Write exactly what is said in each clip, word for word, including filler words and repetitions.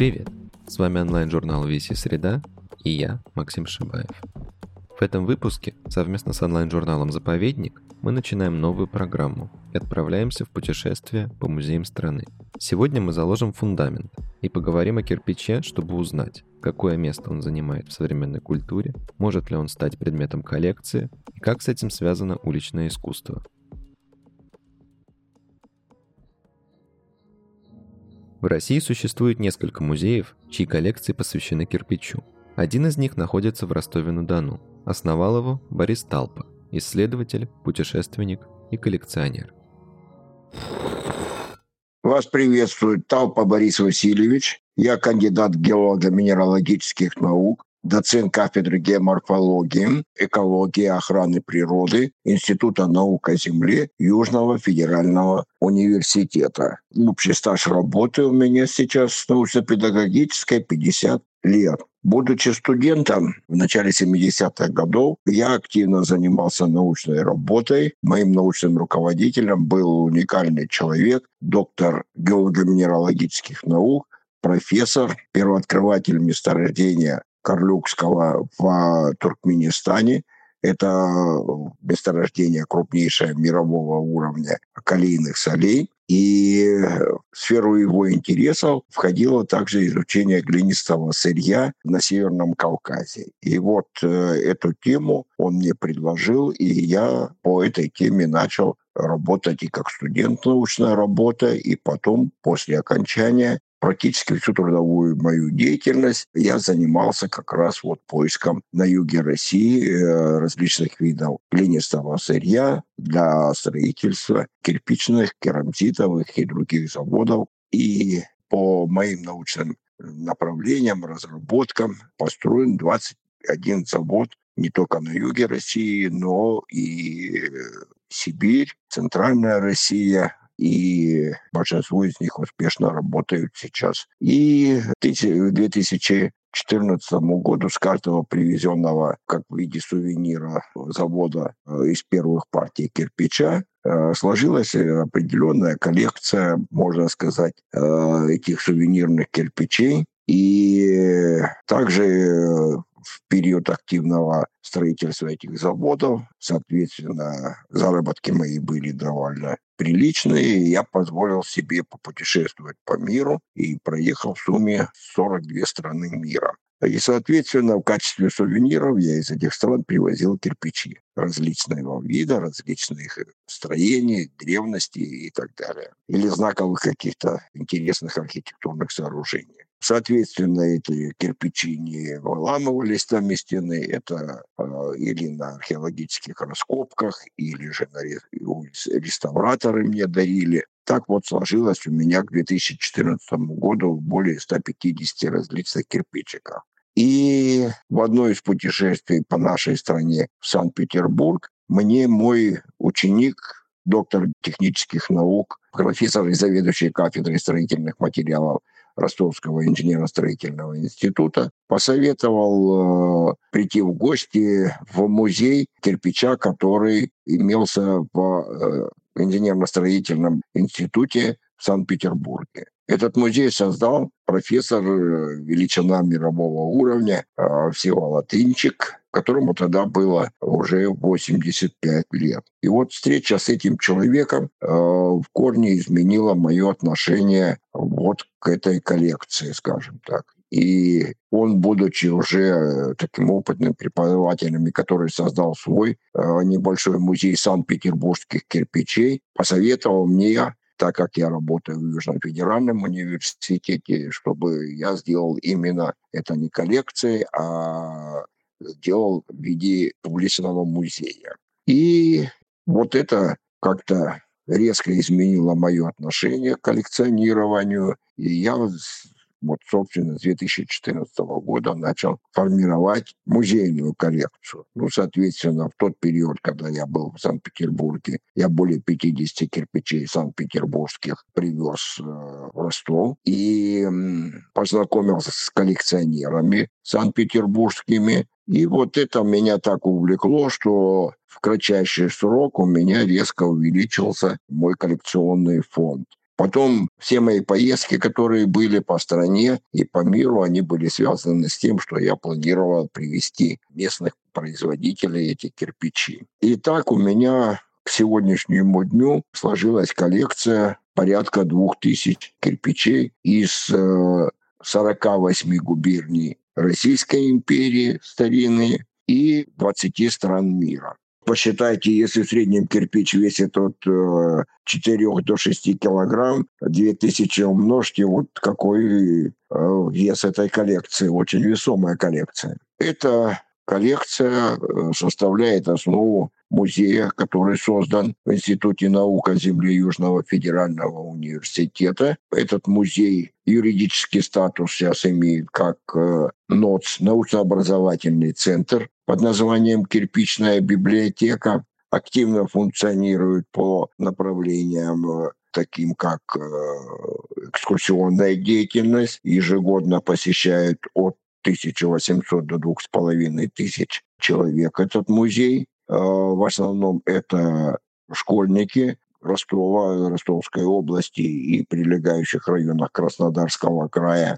Привет! С вами онлайн-журнал ви си Среда и я, Максим Шибаев. В этом выпуске совместно с онлайн-журналом «Заповедник» мы начинаем новую программу и отправляемся в путешествие по музеям страны. Сегодня мы заложим фундамент и поговорим о кирпиче, чтобы узнать, какое место он занимает в современной культуре, может ли он стать предметом коллекции и как с этим связано уличное искусство. В России существует несколько музеев, чьи коллекции посвящены кирпичу. Один из них находится в Ростове-на-Дону. Основал его Борис Талпа, исследователь, путешественник и коллекционер. Вас приветствует Талпа Борис Васильевич. Я кандидат геолого-минералогических наук, доцент кафедры геоморфологии, экологии и охраны природы Института наук о земле Южного федерального университета. Общий стаж работы у меня сейчас научно-педагогической пятьдесят лет. Будучи студентом в начале семидесятых годов, я активно занимался научной работой. Моим научным руководителем был уникальный человек, доктор геолого-минералогических наук, профессор, первооткрыватель месторождения Карлюкского в Туркменистане. Это месторождение крупнейшее мирового уровня калийных солей. И в сферу его интересов входило также изучение глинистого сырья на Северном Кавказе. И вот э, эту тему он мне предложил, и я по этой теме начал работать и как студент научная работа, и потом, после окончания, практически всю трудовую мою деятельность я занимался как раз вот поиском на юге России э, различных видов глинистого сырья для строительства кирпичных, керамзитовых и других заводов. И по моим научным направлениям, разработкам построен двадцать один завод не только на юге России, но и Сибирь, Центральная Россия, и большинство из них успешно работают сейчас. И к две тысячи четырнадцатому году с каждого привезенного как в виде сувенира завода из первых партий кирпича сложилась определенная коллекция, можно сказать, этих сувенирных кирпичей. И также в период активного строительства этих заводов, соответственно, заработки мои были довольно приличные, и я позволил себе попутешествовать по миру и проехал в сумме сорок две страны мира. И, соответственно, в качестве сувениров я из этих стран привозил кирпичи различного вида, различных строений, древности и так далее. Или знаковых каких-то интересных архитектурных сооружений. Соответственно, эти кирпичи не выламывались там из стены, это э, или на археологических раскопках, или же на ре... реставраторы мне дарили. Так вот сложилось у меня к две тысячи четырнадцатому году более ста пятидесяти различных кирпичиков. И в одно из путешествий по нашей стране в Санкт-Петербург мне мой ученик, доктор технических наук, профессор и заведующий кафедрой строительных материалов Ростовского инженерно-строительного института, посоветовал э, прийти в гости в музей кирпича, который имелся в э, инженерно-строительном институте в Санкт-Петербурге. Этот музей создал профессор э, величина мирового уровня э, Всеволод Инчик, которому тогда было уже восемьдесят пять лет. И вот встреча с этим человеком э, в корне изменила мое отношение вот к этой коллекции, скажем так. И он, будучи уже таким опытным преподавателем, который создал свой э, небольшой музей санкт-петербургских кирпичей, посоветовал мне, так как я работаю в Южном федеральном университете, чтобы я сделал именно это не коллекцией, а сделал в виде публичного музея. И вот это как-то резко изменило мое отношение к коллекционированию. И я вот, собственно, с две тысячи четырнадцатого года начал формировать музейную коллекцию. Ну, соответственно, в тот период, когда я был в Санкт-Петербурге, я более пятидесяти кирпичей санкт-петербургских привез э, в Ростов и м, познакомился с коллекционерами санкт-петербургскими. И вот это меня так увлекло, что в кратчайший срок у меня резко увеличился мой коллекционный фонд. Потом все мои поездки, которые были по стране и по миру, они были связаны с тем, что я планировал привезти местных производителей эти кирпичи. И так у меня к сегодняшнему дню сложилась коллекция порядка двух тысяч кирпичей из э, сорока восьми губерний Российской империи старинные и двадцати стран мира. Посчитайте, если в среднем кирпич весит от э, четырёх до шести килограмм, две тысячи умножьте, вот какой э, вес этой коллекции, очень весомая коллекция. Эта коллекция э, составляет основу музея, который создан в Институте наук о Земле Южного федерального университета. Этот музей юридический статус сейчас имеет как э, НОЦ, научно-образовательный центр под названием «Кирпичная библиотека», активно функционирует по направлениям э, таким как э, экскурсионная деятельность, ежегодно посещают от тысячи восьмисот до двух с половиной тысяч человек этот музей. В основном это школьники Ростова, Ростовской области и прилегающих районах Краснодарского края.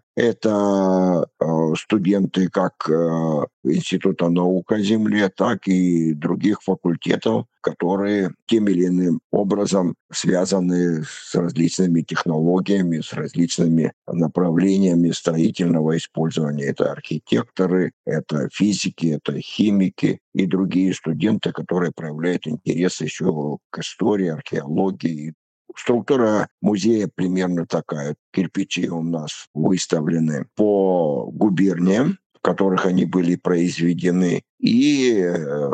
Это студенты как Института наук о Земле, так и других факультетов, которые тем или иным образом связаны с различными технологиями, с различными направлениями строительного использования. Это архитекторы, это физики, это химики и другие студенты, которые проявляют интерес еще к истории, археологии. Структура музея примерно такая. Кирпичи у нас выставлены по губерниям, в которых они были произведены, и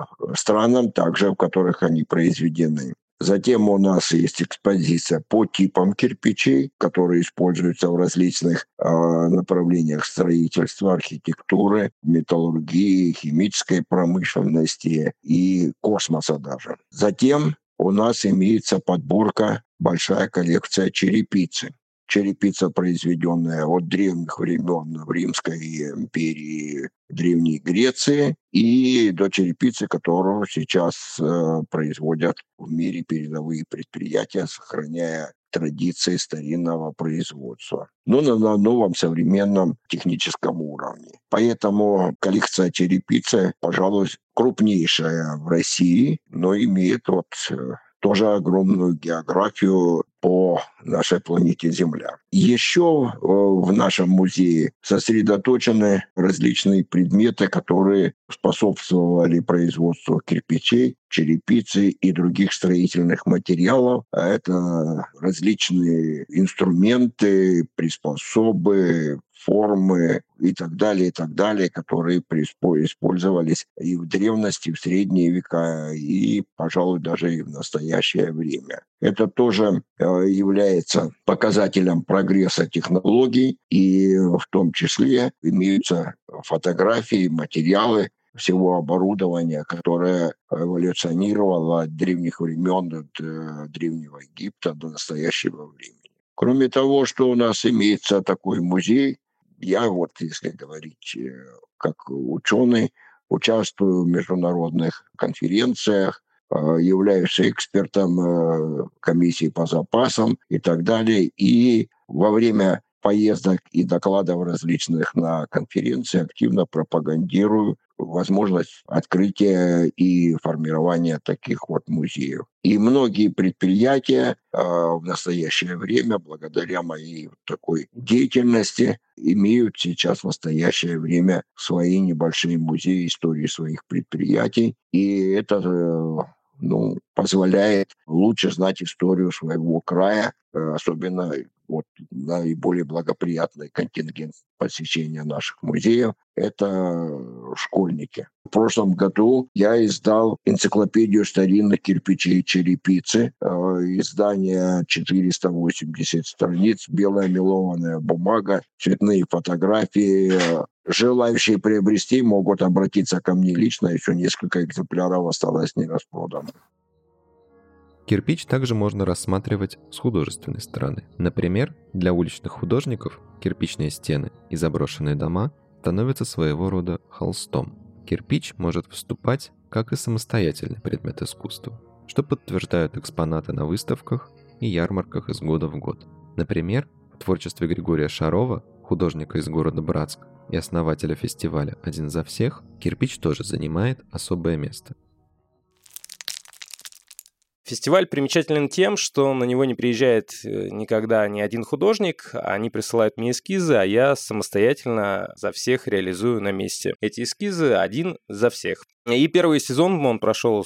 странам также, в которых они произведены. Затем у нас есть экспозиция по типам кирпичей, которые используются в различных э, направлениях строительства, архитектуры, металлургии, химической промышленности и космоса даже. Затем у нас имеется подборка, большая коллекция черепицы. Черепица, произведенная от древних времен в Римской империи, Древней Греции, и до черепицы, которую сейчас э, производят в мире передовые предприятия, сохраняя традиции старинного производства, но на, на новом современном техническом уровне. Поэтому коллекция черепицы, пожалуй, крупнейшая в России, но имеет вот тоже огромную географию по нашей планете Земля. Еще в нашем музее сосредоточены различные предметы, которые способствовали производству кирпичей, черепицы и других строительных материалов. А это различные инструменты, приспособы, формы и так далее, и так далее, которые использовались и в древности, и в средние века, и, пожалуй, даже и в настоящее время. Это тоже является показателем прогресса технологий, и в том числе имеются фотографии, материалы всего оборудования, которое эволюционировало от древних времен, от Древнего Египта до настоящего времени. Кроме того, что у нас имеется такой музей, я вот, если говорить как ученый, участвую в международных конференциях, являюсь экспертом комиссии по запасам и так далее. И во время поездок и докладов различных на конференции активно пропагандирую возможность открытия и формирования таких вот музеев. И многие предприятия э, в настоящее время, благодаря моей такой деятельности, имеют сейчас в настоящее время свои небольшие музеи истории своих предприятий. И это э, ну, позволяет лучше знать историю своего края, э, особенно вот наиболее благоприятный контингент посещения наших музеев – это школьники. В прошлом году я издал энциклопедию старинных кирпичей и черепицы. Издание четыреста восемьдесят страниц, белая мелованная бумага, цветные фотографии. Желающие приобрести могут обратиться ко мне лично, еще несколько экземпляров осталось нераспроданных. Кирпич также можно рассматривать с художественной стороны. Например, для уличных художников кирпичные стены и заброшенные дома становятся своего рода холстом. Кирпич может выступать как и самостоятельный предмет искусства, что подтверждают экспонаты на выставках и ярмарках из года в год. Например, в творчестве Григория Шарова, художника из города Братск и основателя фестиваля «Один за всех», кирпич тоже занимает особое место. Фестиваль примечателен тем, что на него не приезжает никогда ни один художник, они присылают мне эскизы, а я самостоятельно за всех реализую на месте. Эти эскизы один за всех. И первый сезон он прошел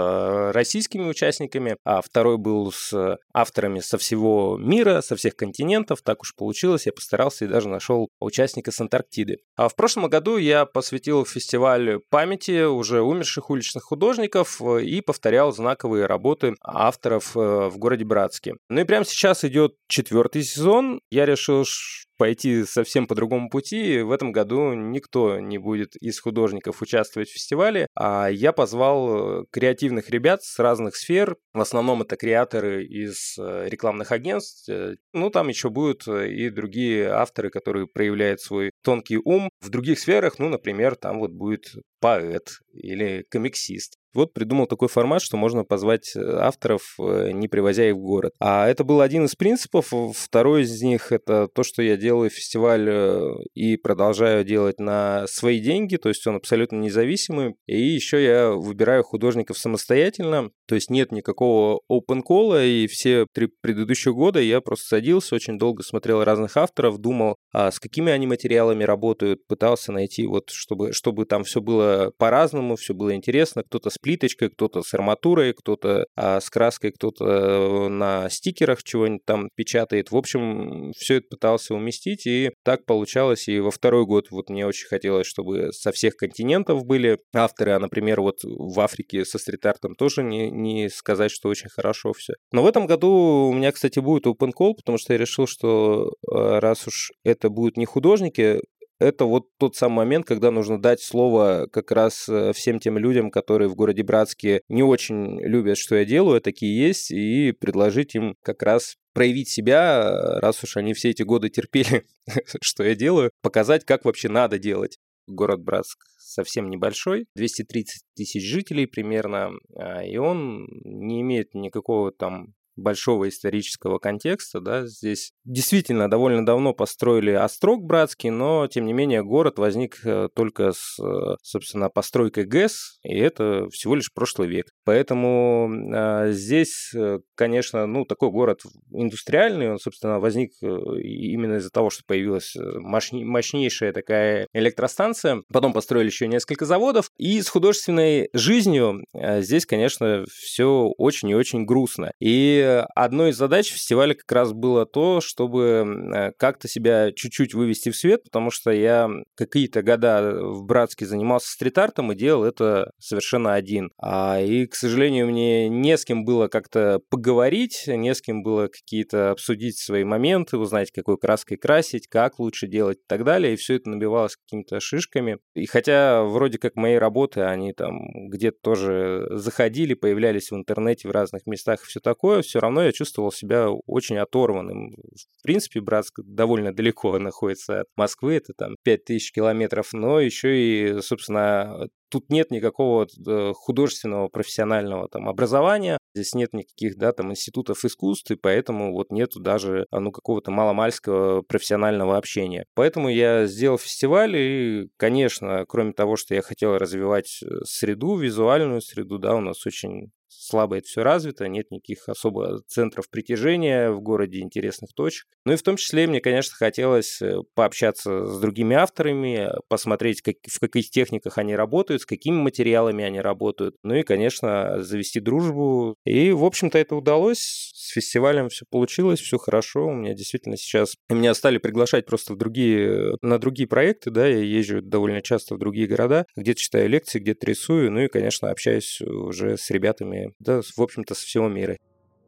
с российскими участниками, а второй был с авторами со всего мира, со всех континентов. Так уж получилось, я постарался и даже нашел участника с Антарктиды. А в прошлом году я посвятил фестиваль памяти уже умерших уличных художников и повторял знаковые работы авторов в городе Братске. Ну и прямо сейчас идет четвертый сезон. Я решил пойти совсем по другому пути. В этом году никто не будет из художников участвовать в фестивале, а я позвал креативных ребят с разных сфер. В основном это креаторы из рекламных агентств. Ну, там еще будут и другие авторы, которые проявляют свой тонкий ум. В других сферах, ну, например, там вот будет поэт или комиксист. Вот придумал такой формат, что можно позвать авторов, не привозя их в город. А это был один из принципов. Второй из них — это то, что я делаю фестиваль и продолжаю делать на свои деньги, то есть он абсолютно независимый. И еще я выбираю художников самостоятельно, то есть нет никакого open call, и все три предыдущих года я просто садился, очень долго смотрел разных авторов, думал, а с какими они материалами работают, пытался найти, вот, чтобы, чтобы там все было по-разному, все было интересно. Кто-то с плиточкой, кто-то с арматурой, кто-то а, с краской, кто-то на стикерах чего-нибудь там печатает. В общем, все это пытался уместить, и так получалось. И во второй год вот мне очень хотелось, чтобы со всех континентов были авторы, а, например, вот в Африке со стрит-артом тоже не, не сказать, что очень хорошо все. Но в этом году у меня, кстати, будет open call, потому что я решил, что раз уж это будут не художники, это вот тот самый момент, когда нужно дать слово как раз всем тем людям, которые в городе Братске не очень любят, что я делаю, такие есть, и предложить им как раз проявить себя, раз уж они все эти годы терпели, что я делаю, показать, как вообще надо делать. Город Братск совсем небольшой, двести тридцать тысяч жителей примерно, и он не имеет никакого там большого исторического контекста, да, здесь действительно довольно давно построили острог Братский, но, тем не менее, город возник только с, собственно, постройкой ГЭС, и это всего лишь прошлый век. Поэтому э, здесь, конечно, ну, такой город индустриальный, он, собственно, возник именно из-за того, что появилась мощней, мощнейшая такая электростанция, потом построили еще несколько заводов, и с художественной жизнью э, здесь, конечно, все очень и очень грустно. И одной из задач фестиваля как раз было то, чтобы как-то себя чуть-чуть вывести в свет, потому что я какие-то года в Братске занимался стрит-артом и делал это совершенно один. И, к сожалению, мне не с кем было как-то поговорить, не с кем было какие-то обсудить свои моменты, узнать, какой краской красить, как лучше делать и так далее. И все это набивалось какими-то шишками. И хотя вроде как мои работы, они там где-то тоже заходили, появлялись в интернете в разных местах и все такое, все равно я чувствовал себя очень оторванным. В принципе, Братск довольно далеко находится от Москвы, это там пять тысяч километров, но еще и, собственно, тут нет никакого художественного профессионального там образования, здесь нет никаких, да, там институтов искусств, и поэтому вот нету даже, ну, какого-то маломальского профессионального общения. Поэтому я сделал фестиваль, и, конечно, кроме того, что я хотел развивать среду, визуальную среду, да, у нас очень слабо это все развито, нет никаких особо центров притяжения в городе, интересных точек. Ну и в том числе мне, конечно, хотелось пообщаться с другими авторами, посмотреть, как, в каких техниках они работают, с какими материалами они работают. Ну и, конечно, завести дружбу. И, в общем-то, это удалось. С фестивалем все получилось, все хорошо. У меня действительно сейчас... Меня стали приглашать просто в другие, на другие проекты, да, я езжу довольно часто в другие города, где-то читаю лекции, где-то рисую, ну и, конечно, общаюсь уже с ребятами, да, в общем-то, со всего мира.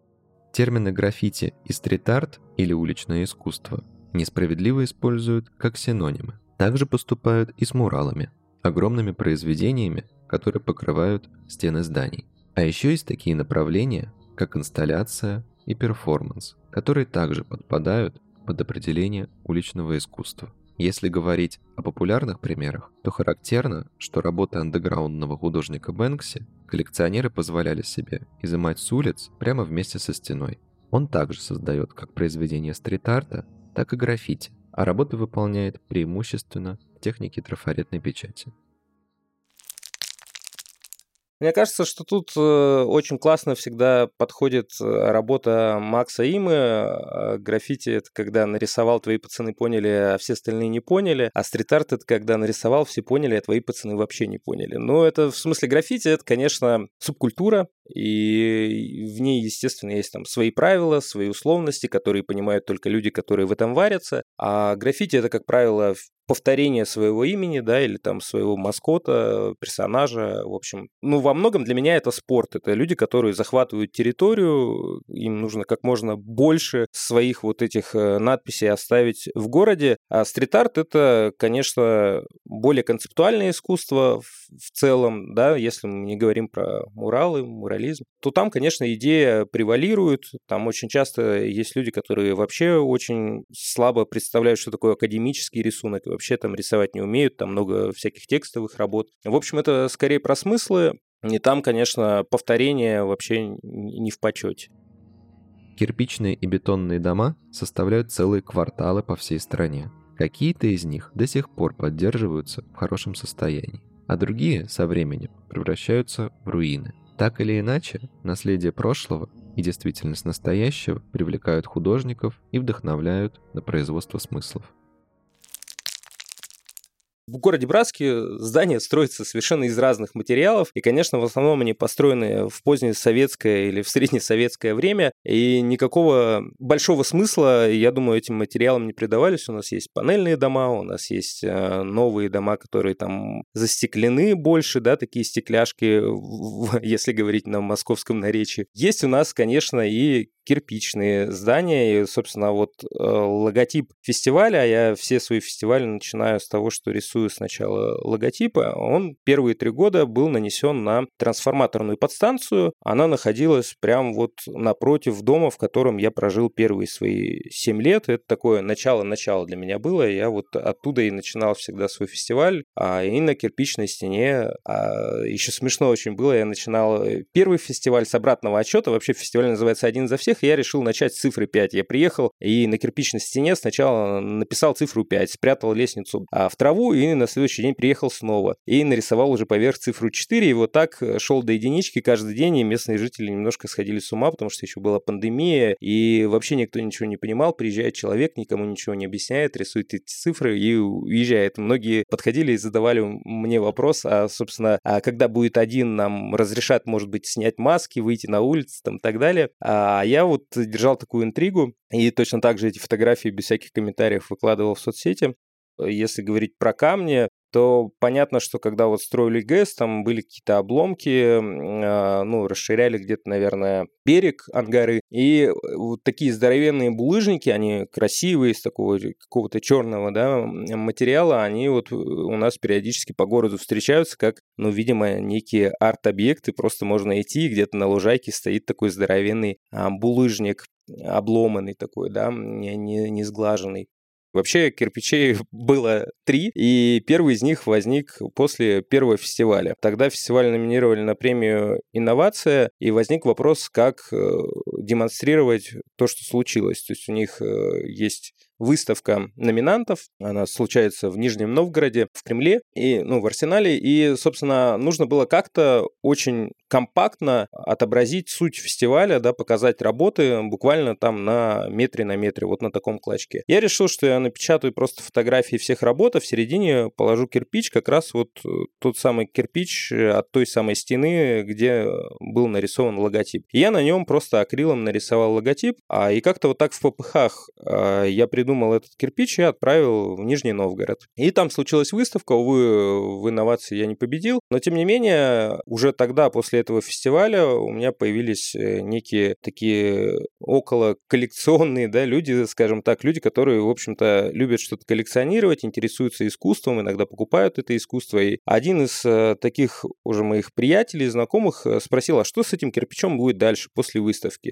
Термины граффити и стрит-арт или уличное искусство несправедливо используют как синонимы. Также поступают и с муралами, огромными произведениями, которые покрывают стены зданий. А еще есть такие направления, как инсталляция и перформанс, которые также подпадают под определение уличного искусства. Если говорить о популярных примерах, то характерно, что работы андеграундного художника Бэнкси коллекционеры позволяли себе изымать с улиц прямо вместе со стеной. Он также создает как произведения стрит-арта, так и граффити, а работы выполняет преимущественно в технике трафаретной печати. Мне кажется, что тут очень классно всегда подходит работа Макса Имы. Граффити — это когда нарисовал, твои пацаны поняли, а все остальные не поняли. А стрит-арт — это когда нарисовал, все поняли, а твои пацаны вообще не поняли. Но это в смысле граффити, это, конечно, субкультура, и в ней, естественно, есть там свои правила, свои условности, которые понимают только люди, которые в этом варятся. А граффити — это, как правило, повторение своего имени, да, или там своего маскота, персонажа, в общем. Ну, во многом для меня это спорт. Это люди, которые захватывают территорию, им нужно как можно больше своих вот этих надписей оставить в городе. А стрит-арт — это, конечно, более концептуальное искусство в целом, да, если мы не говорим про муралы, мурализм, то там, конечно, идея превалирует. Там очень часто есть люди, которые вообще очень слабо представляют, что такое академический рисунок, и вообще там рисовать не умеют, там много всяких текстовых работ. В общем, это скорее про смыслы, и там, конечно, повторение вообще не в почете. Кирпичные и бетонные дома составляют целые кварталы по всей стране. Какие-то из них до сих пор поддерживаются в хорошем состоянии, а другие со временем превращаются в руины. Так или иначе, наследие прошлого и действительность настоящего привлекают художников и вдохновляют на производство смыслов. В городе Братске здания строятся совершенно из разных материалов, и, конечно, в основном они построены в позднесоветское или в среднесоветское время, и никакого большого смысла, я думаю, этим материалам не придавались. У нас есть панельные дома, у нас есть новые дома, которые там застеклены больше, да, такие стекляшки, если говорить на московском наречии. Есть у нас, конечно, и кирпичные здания, и, собственно, вот логотип фестиваля, я все свои фестивали начинаю с того, что рисую сначала логотипа, он первые три года был нанесен на трансформаторную подстанцию, она находилась прямо вот напротив дома, в котором я прожил первые свои семь лет, это такое начало-начало для меня было, я вот оттуда и начинал всегда свой фестиваль, а и на кирпичной стене, а еще смешно очень было, я начинал первый фестиваль с обратного отсчета, вообще фестиваль называется «Один за всех», и я решил начать с цифры пять, я приехал и на кирпичной стене сначала написал цифру пять, спрятал лестницу в траву и на следующий день приехал снова и нарисовал уже поверх цифру четыре, и вот так шел до единички каждый день, и местные жители немножко сходили с ума, потому что еще была пандемия, и вообще никто ничего не понимал, приезжает человек, никому ничего не объясняет, рисует эти цифры и уезжает. Многие подходили и задавали мне вопрос, а, собственно, а когда будет один, нам разрешат, может быть, снять маски, выйти на улицу, там, и так далее. А я вот держал такую интригу, и точно так же эти фотографии без всяких комментариев выкладывал в соцсети. Если говорить про камни, то понятно, что когда вот строили ГЭС, там были какие-то обломки, ну, расширяли где-то, наверное, берег Ангары, и вот такие здоровенные булыжники, они красивые, из такого какого-то черного, да, материала, они вот у нас периодически по городу встречаются как, ну, видимо, некие арт-объекты, просто можно идти, где-то на лужайке стоит такой здоровенный булыжник, обломанный такой, да, не, не, не сглаженный. Вообще кирпичей было три, и первый из них возник после первого фестиваля. Тогда фестиваль номинировали на премию «Инновация», и возник вопрос, как демонстрировать то, что случилось. То есть у них есть выставка номинантов, она случается в Нижнем Новгороде, в Кремле, и, ну, в Арсенале, и, собственно, нужно было как-то очень компактно отобразить суть фестиваля, да, показать работы буквально там на метре на метре, вот на таком клочке. Я решил, что я напечатаю просто фотографии всех работ, а в середине положу кирпич, как раз вот тот самый кирпич от той самой стены, где был нарисован логотип. И я на нем просто акрилом нарисовал логотип, а и как-то вот так в попыхах я придумал думал этот кирпич и отправил в Нижний Новгород. И там случилась выставка, увы, в инновации я не победил, но тем не менее, уже тогда, после этого фестиваля, у меня появились некие такие около коллекционные, да, люди, скажем так, люди, которые, в общем-то, любят что-то коллекционировать, интересуются искусством, иногда покупают это искусство. И один из таких уже моих приятелей, знакомых спросил, а что с этим кирпичом будет дальше, после выставки?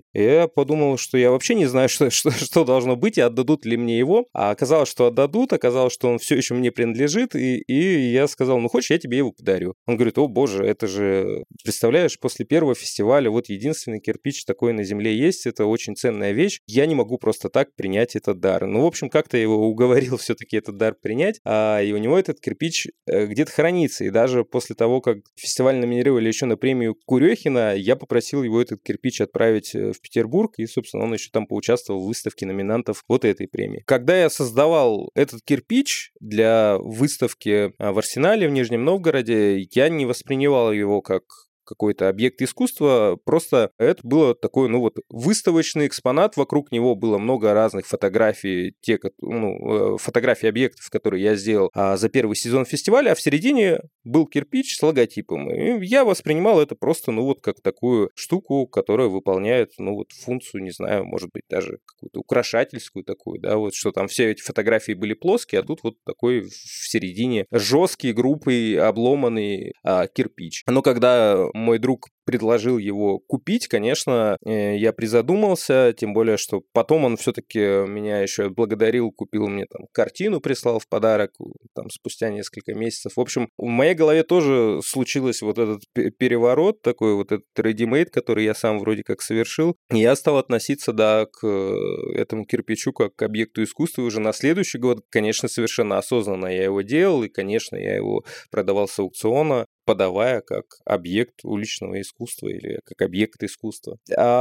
И я подумал, что я вообще не знаю, что, что, что должно быть, и отдадут ли мне его. А оказалось, что отдадут, оказалось, что он все еще мне принадлежит, и, и я сказал, ну, хочешь, я тебе его подарю. Он говорит, о, боже, это же, представляешь, после первого фестиваля вот единственный кирпич такой на земле есть, это очень ценная вещь, я не могу просто так принять этот дар. Ну, в общем, как-то я его уговорил все-таки этот дар принять, а, и у него этот кирпич где-то хранится, и даже после того, как фестиваль номинировали еще на премию Курехина, я попросил его этот кирпич отправить в Петербург, и, собственно, он еще там поучаствовал в выставке номинантов вот этой премии. Когда я создавал этот кирпич для выставки в Арсенале в Нижнем Новгороде, я не воспринимал его как какой-то объект искусства, просто это было такой, ну вот, выставочный экспонат, вокруг него было много разных фотографий, те, ну, фотографий объектов, которые я сделал а, за первый сезон фестиваля, а в середине был кирпич с логотипом. И я воспринимал это просто, ну вот, как такую штуку, которая выполняет, ну вот, функцию, не знаю, может быть, даже какую-то украшательскую такую, да, вот, что там все эти фотографии были плоские, а тут вот такой в середине жесткий, грубый, обломанный а, кирпич. Но когда мой друг предложил его купить, конечно, я призадумался, тем более, что потом он все-таки меня еще отблагодарил, купил мне там картину, прислал в подарок, там, спустя несколько месяцев. В общем, в моей голове тоже случилось вот этот переворот, такой вот этот ready-made, который я сам вроде как совершил. И я стал относиться, да, к этому кирпичу как к объекту искусства. И уже на следующий год, конечно, совершенно осознанно я его делал, и, конечно, я его продавал с аукциона, подавая как объект уличного искусства или как объект искусства.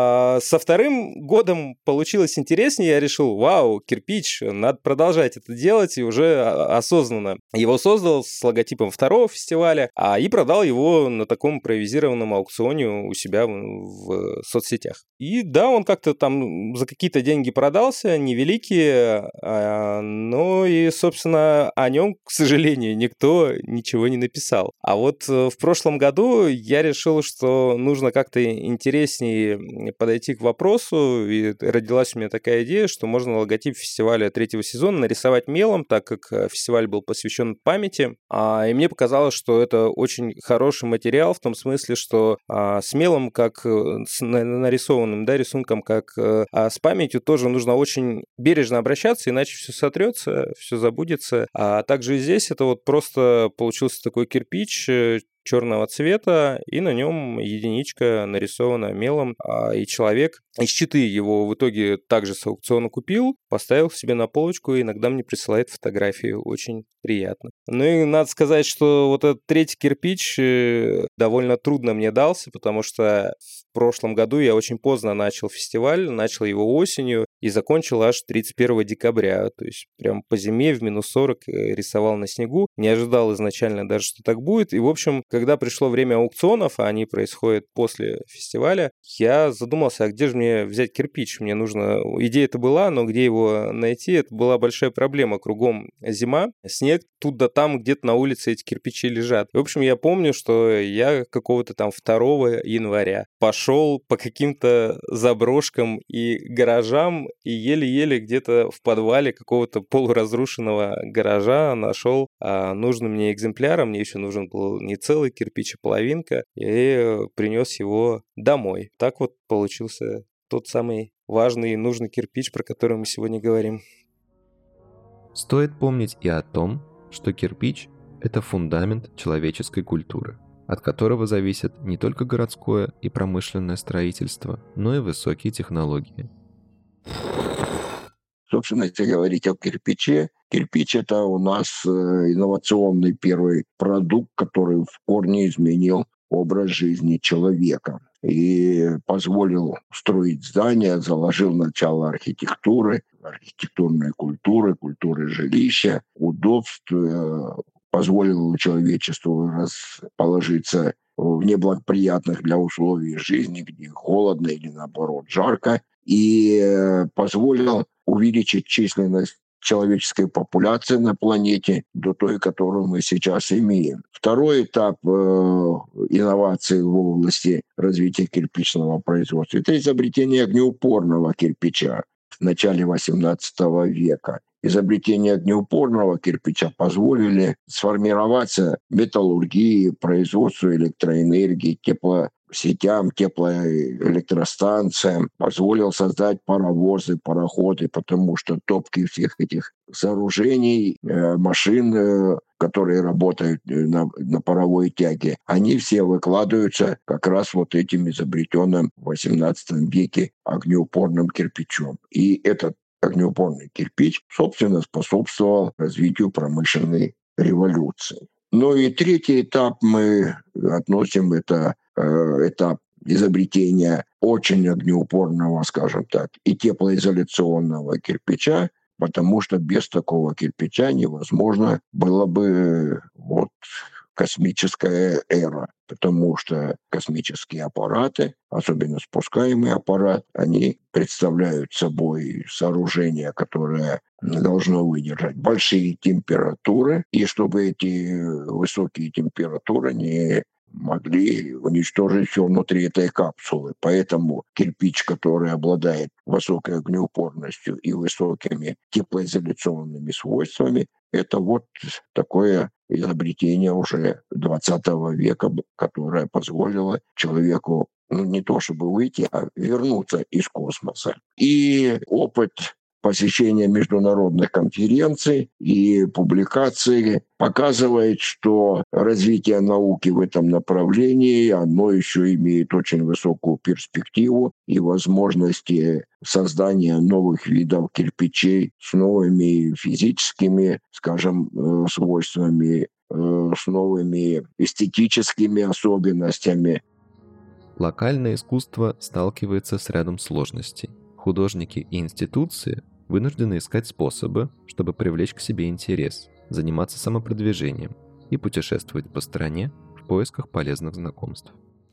А со вторым годом получилось интереснее, я решил, вау, кирпич, надо продолжать это делать, и уже осознанно его создал с логотипом второго фестиваля, а и продал его на таком импровизированном аукционе у себя в соцсетях. И да, он как-то там за какие-то деньги продался, невеликие, но и, собственно, о нем, к сожалению, никто ничего не написал. А вот в прошлом году я решил, что нужно как-то интереснее подойти к вопросу, и родилась у меня такая идея, что можно логотип фестиваля третьего сезона нарисовать мелом, так как фестиваль был посвящен памяти, и мне показалось, что это очень хороший материал в том смысле, что с мелом, как с нарисованным, да, рисунком, как с памятью, тоже нужно очень бережно обращаться, иначе все сотрется, все забудется. А также и здесь это вот просто получился такой кирпич черного цвета, и на нем единичка нарисована мелом, и человек из Читы его в итоге также с аукциона купил, поставил себе на полочку и иногда мне присылает фотографии. Очень приятно. Ну и надо сказать, что вот этот третий кирпич довольно трудно мне дался, потому что в прошлом году я очень поздно начал фестиваль, начал его осенью и закончил аж тридцать первого декабря. То есть прям по зиме в минус сорок рисовал на снегу. Не ожидал изначально даже, что так будет. И, в общем, когда пришло время аукционов, а они происходят после фестиваля, я задумался, а где же мне взять кирпич? Мне нужно... Идея-то была, но где его найти? Это была большая проблема. Кругом зима, снег, тут да там где-то на улице эти кирпичи лежат. В общем, я помню, что я какого-то там второго января пошел по каким-то заброшкам и гаражам и еле-еле где-то в подвале какого-то полуразрушенного гаража нашел а, нужный мне экземпляр, а мне еще нужен был не целый кирпич, а половинка, и принес его домой. Так вот получился тот самый важный и нужный кирпич, про который мы сегодня говорим. Стоит помнить и о том, что кирпич – это фундамент человеческой культуры, от которого зависит не только городское и промышленное строительство, но и высокие технологии. Собственно, если говорить о кирпиче, кирпич – это у нас инновационный первый продукт, который в корне изменил образ жизни человека и позволил строить здания, заложил начало архитектуры, архитектурной культуры, культуры жилища, удобств, позволил человечеству расположиться в неблагоприятных для условий жизни, где холодно или, наоборот, жарко, и позволил увеличить численность человеческой популяции на планете до той, которую мы сейчас имеем. Второй этап э, инноваций в области развития кирпичного производства – это изобретение огнеупорного кирпича в начале восемнадцатого века. Изобретение огнеупорного кирпича позволили сформироваться металлургии, производству электроэнергии, тепло, сетям, теплоэлектростанциям, позволил создать паровозы, пароходы, потому что топки всех этих сооружений, машин, которые работают на, на паровой тяге, они все выкладываются как раз вот этим изобретенным в восемнадцатом веке огнеупорным кирпичом. И этот огнеупорный кирпич, собственно, способствовал развитию промышленной революции. Ну и третий этап мы относим, это э, этап изобретения очень огнеупорного, скажем так, и теплоизоляционного кирпича, потому что без такого кирпича невозможно было бы вот космическая эра, потому что космические аппараты, особенно спускаемый аппарат, они представляют собой сооружение, которое должно выдержать большие температуры, и чтобы эти высокие температуры не могли уничтожить все внутри этой капсулы. Поэтому кирпич, который обладает высокой огнеупорностью и высокими теплоизоляционными свойствами, это вот такое изобретение уже двадцатого века, которое позволило человеку, ну, не то чтобы выйти, а вернуться из космоса. И опыт посещения международных конференций и публикаций показывает, что развитие науки в этом направлении, оно еще имеет очень высокую перспективу и возможности создания новых видов кирпичей с новыми физическими, скажем, свойствами, с новыми эстетическими особенностями. Локальное искусство сталкивается с рядом сложностей. Художники и институции вынуждены искать способы, чтобы привлечь к себе интерес, заниматься самопродвижением и путешествовать по стране в поисках полезных знакомств.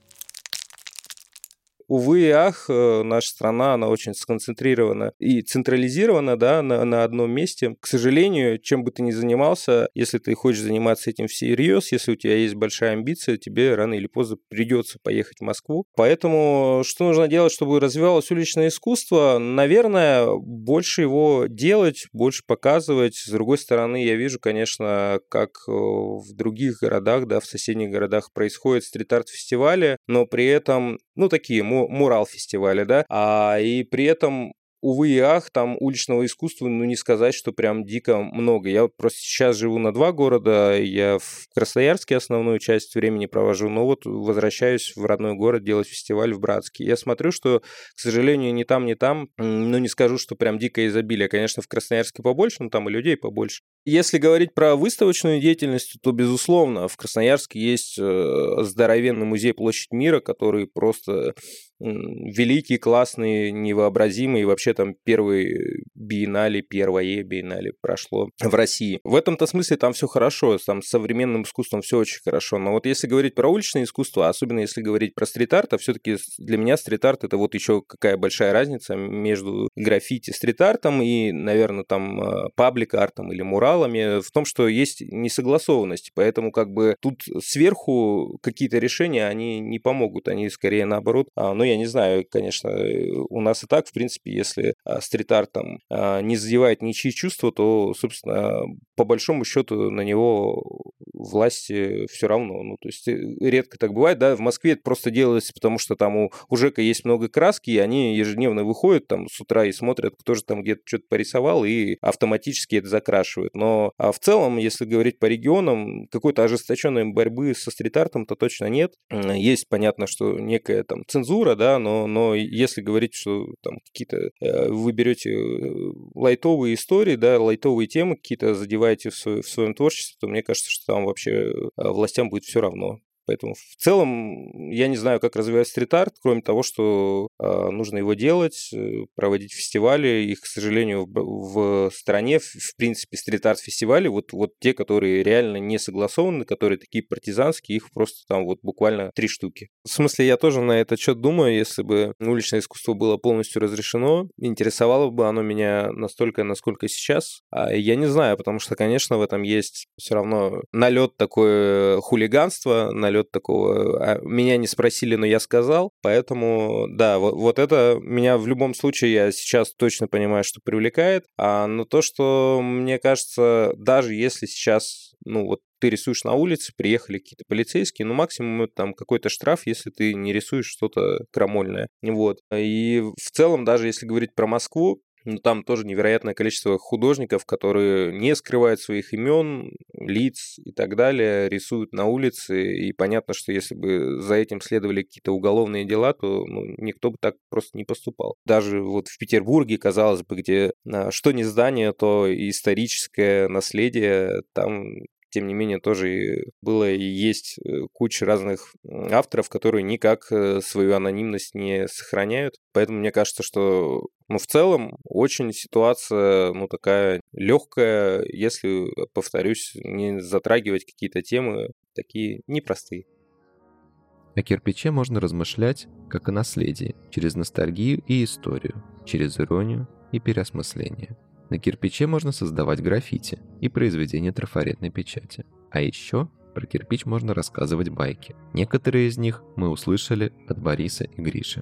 Увы и ах, наша страна, она очень сконцентрирована и централизирована, да, на, на одном месте. К сожалению, чем бы ты ни занимался, если ты хочешь заниматься этим всерьез, если у тебя есть большая амбиция, тебе рано или поздно придется поехать в Москву. Поэтому что нужно делать, чтобы развивалось уличное искусство? Наверное, больше его делать, больше показывать. С другой стороны, я вижу, конечно, как в других городах, да, в соседних городах происходят стрит-арт-фестивали, но при этом, ну, такие мурал-фестивали, да, а и при этом, увы и ах, там уличного искусства, ну, не сказать, что прям дико много. Я вот просто сейчас живу на два города, я в Красноярске основную часть времени провожу, но вот возвращаюсь в родной город делать фестиваль в Братске. Я смотрю, что, к сожалению, ни там, ни там, ну, не скажу, что прям дикое изобилие. Конечно, в Красноярске побольше, но там и людей побольше. Если говорить про выставочную деятельность, то, безусловно, в Красноярске есть здоровенный музей «Площадь мира», который просто великий, классный, невообразимый. И вообще там первый биеннале, первое биеннале прошло в России. В этом-то смысле там все хорошо, там с современным искусством все очень хорошо. Но вот если говорить про уличное искусство, особенно если говорить про стрит-арт, а все-таки для меня стрит-арт — это вот еще какая большая разница между граффити, стрит-артом и, наверное, там паблик-артом или муралом, в том, что есть несогласованность, поэтому как бы тут сверху какие-то решения, они не помогут, они скорее наоборот. Но я не знаю, конечно, у нас и так, в принципе, если стрит-арт там не задевает ничьи чувства, то, собственно, по большому счету на него власти все равно. Ну, то есть редко так бывает, да, в Москве это просто делается, потому что там у, у ЖЭКа есть много краски, и они ежедневно выходят там с утра и смотрят, кто же там где-то что-то порисовал, и автоматически это закрашивают. Но а в целом, если говорить по регионам, какой-то ожесточенной борьбы со стрит-артом-то точно нет. Есть, понятно, что некая там цензура, да, но, но если говорить, что там какие-то э, вы берете лайтовые истории, да, лайтовые темы какие-то задеваете в, свой, в своем творчестве, то мне кажется, что там вообще властям будет все равно. Поэтому в целом я не знаю, как развивать стрит-арт, кроме того, что э, нужно его делать, проводить фестивали. Их, к сожалению, в, в стране, в, в принципе, стрит-арт-фестивали, вот, вот те, которые реально не согласованы, которые такие партизанские, их просто там вот буквально три штуки. В смысле, я тоже на этот счет думаю, если бы уличное искусство было полностью разрешено, интересовало бы оно меня настолько, насколько сейчас. А я не знаю, потому что, конечно, в этом есть все равно налет такое хулиганство, налет такого, а меня не спросили, но я сказал, поэтому, да, вот, вот это меня в любом случае, я сейчас точно понимаю, что привлекает, а, но то, что, мне кажется, даже если сейчас, ну, вот ты рисуешь на улице, приехали какие-то полицейские, ну, максимум это там какой-то штраф, если ты не рисуешь что-то крамольное. Вот. И в целом, даже если говорить про Москву, ну, там тоже невероятное количество художников, которые не скрывают своих имен, лиц и так далее, рисуют на улице, и понятно, что если бы за этим следовали какие-то уголовные дела, то ну, никто бы так просто не поступал. Даже вот в Петербурге, казалось бы, где что не здание, то историческое наследие, там тем не менее, тоже было и есть куча разных авторов, которые никак свою анонимность не сохраняют. Поэтому мне кажется, что ну, в целом очень ситуация ну, такая легкая, если, повторюсь, не затрагивать какие-то темы такие непростые. О кирпиче можно размышлять, как о наследии, через ностальгию и историю, через иронию и переосмысление. На кирпиче можно создавать граффити и произведения трафаретной печати. А еще про кирпич можно рассказывать байки. Некоторые из них мы услышали от Бориса и Гриши.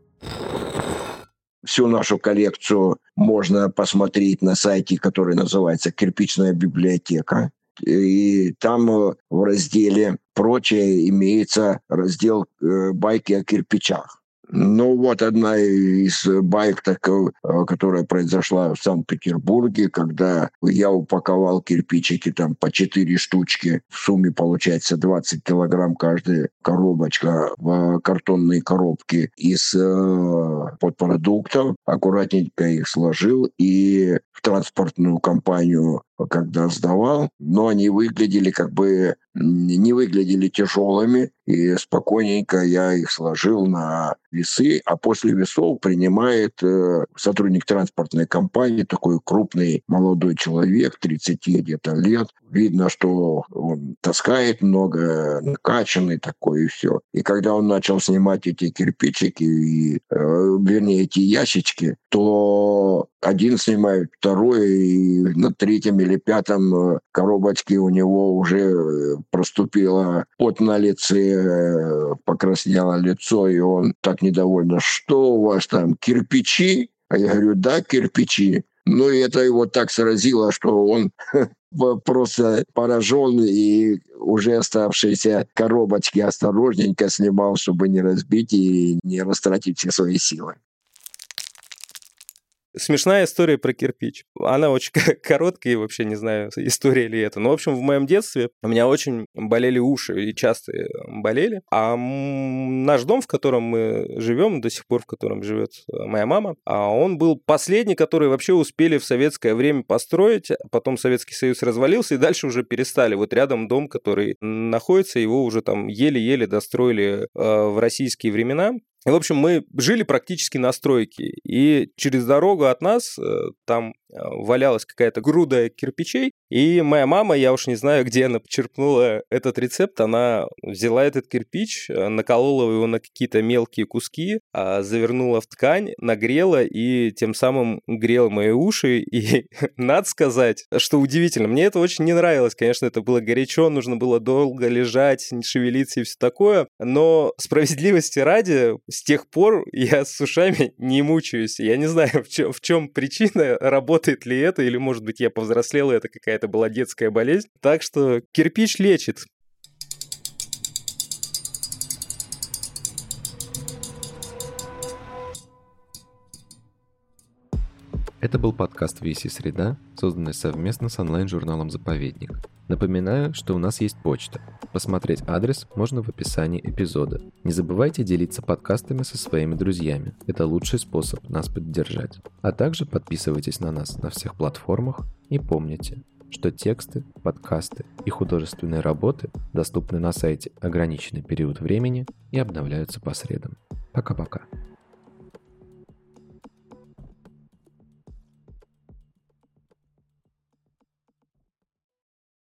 Всю нашу коллекцию можно посмотреть на сайте, который называется «Кирпичная библиотека». И там в разделе «Прочее» имеется раздел «Байки о кирпичах». Ну вот одна из байк, такой, которая произошла в Санкт-Петербурге, когда я упаковал кирпичики там по четыре штучки, в сумме получается двадцать килограмм каждая коробочка в картонные коробки из э, подпродуктов, аккуратненько их сложил и в транспортную компанию когда сдавал, но они выглядели как бы не выглядели тяжелыми, и спокойненько я их сложил на весы, а после весов принимает э, сотрудник транспортной компании, такой крупный молодой человек, тридцать где-то лет. Видно, что он таскает много, накачанный такой и все. И когда он начал снимать эти кирпичики, и, э, вернее, эти ящички, то один снимает, второй, и на третьем или пятом коробочке у него уже проступило пот на лице, покраснело лицо, и он так недовольно: что у вас там, кирпичи? А я говорю: да, кирпичи. Ну, и это его так сразило, что он просто поражен, и уже оставшиеся коробочки осторожненько снимал, чтобы не разбить и не растратить все свои силы. Смешная история про кирпич. Она очень короткая, и вообще не знаю, история ли это. Но, в общем, в моем детстве у меня очень болели уши, и часто болели. А наш дом, в котором мы живем, до сих пор в котором живет моя мама, он был последний, который вообще успели в советское время построить. Потом Советский Союз развалился, и дальше уже перестали. Вот рядом дом, который находится, его уже там еле-еле достроили в российские времена. И, в общем, мы жили практически на стройке, и через дорогу от нас там валялась какая-то груда кирпичей, и моя мама, я уж не знаю, где она почерпнула этот рецепт, она взяла этот кирпич, наколола его на какие-то мелкие куски, завернула в ткань, нагрела и тем самым грела мои уши, и надо сказать, что удивительно, мне это очень не нравилось, конечно, это было горячо, нужно было долго лежать, не шевелиться и все такое, но справедливости ради, с тех пор я с ушами не мучаюсь. Я не знаю, в чем, в чем причина, работает ли это, или, может быть, я повзрослел, и это какая-то была детская болезнь. Так что кирпич лечит. Это был подкаст ви си Среда, созданный совместно с онлайн-журналом «Заповедник». Напоминаю, что у нас есть почта. Посмотреть адрес можно в описании эпизода. Не забывайте делиться подкастами со своими друзьями. Это лучший способ нас поддержать. А также подписывайтесь на нас на всех платформах и помните, что тексты, подкасты и художественные работы доступны на сайте ограниченный период времени и обновляются по средам. Пока-пока.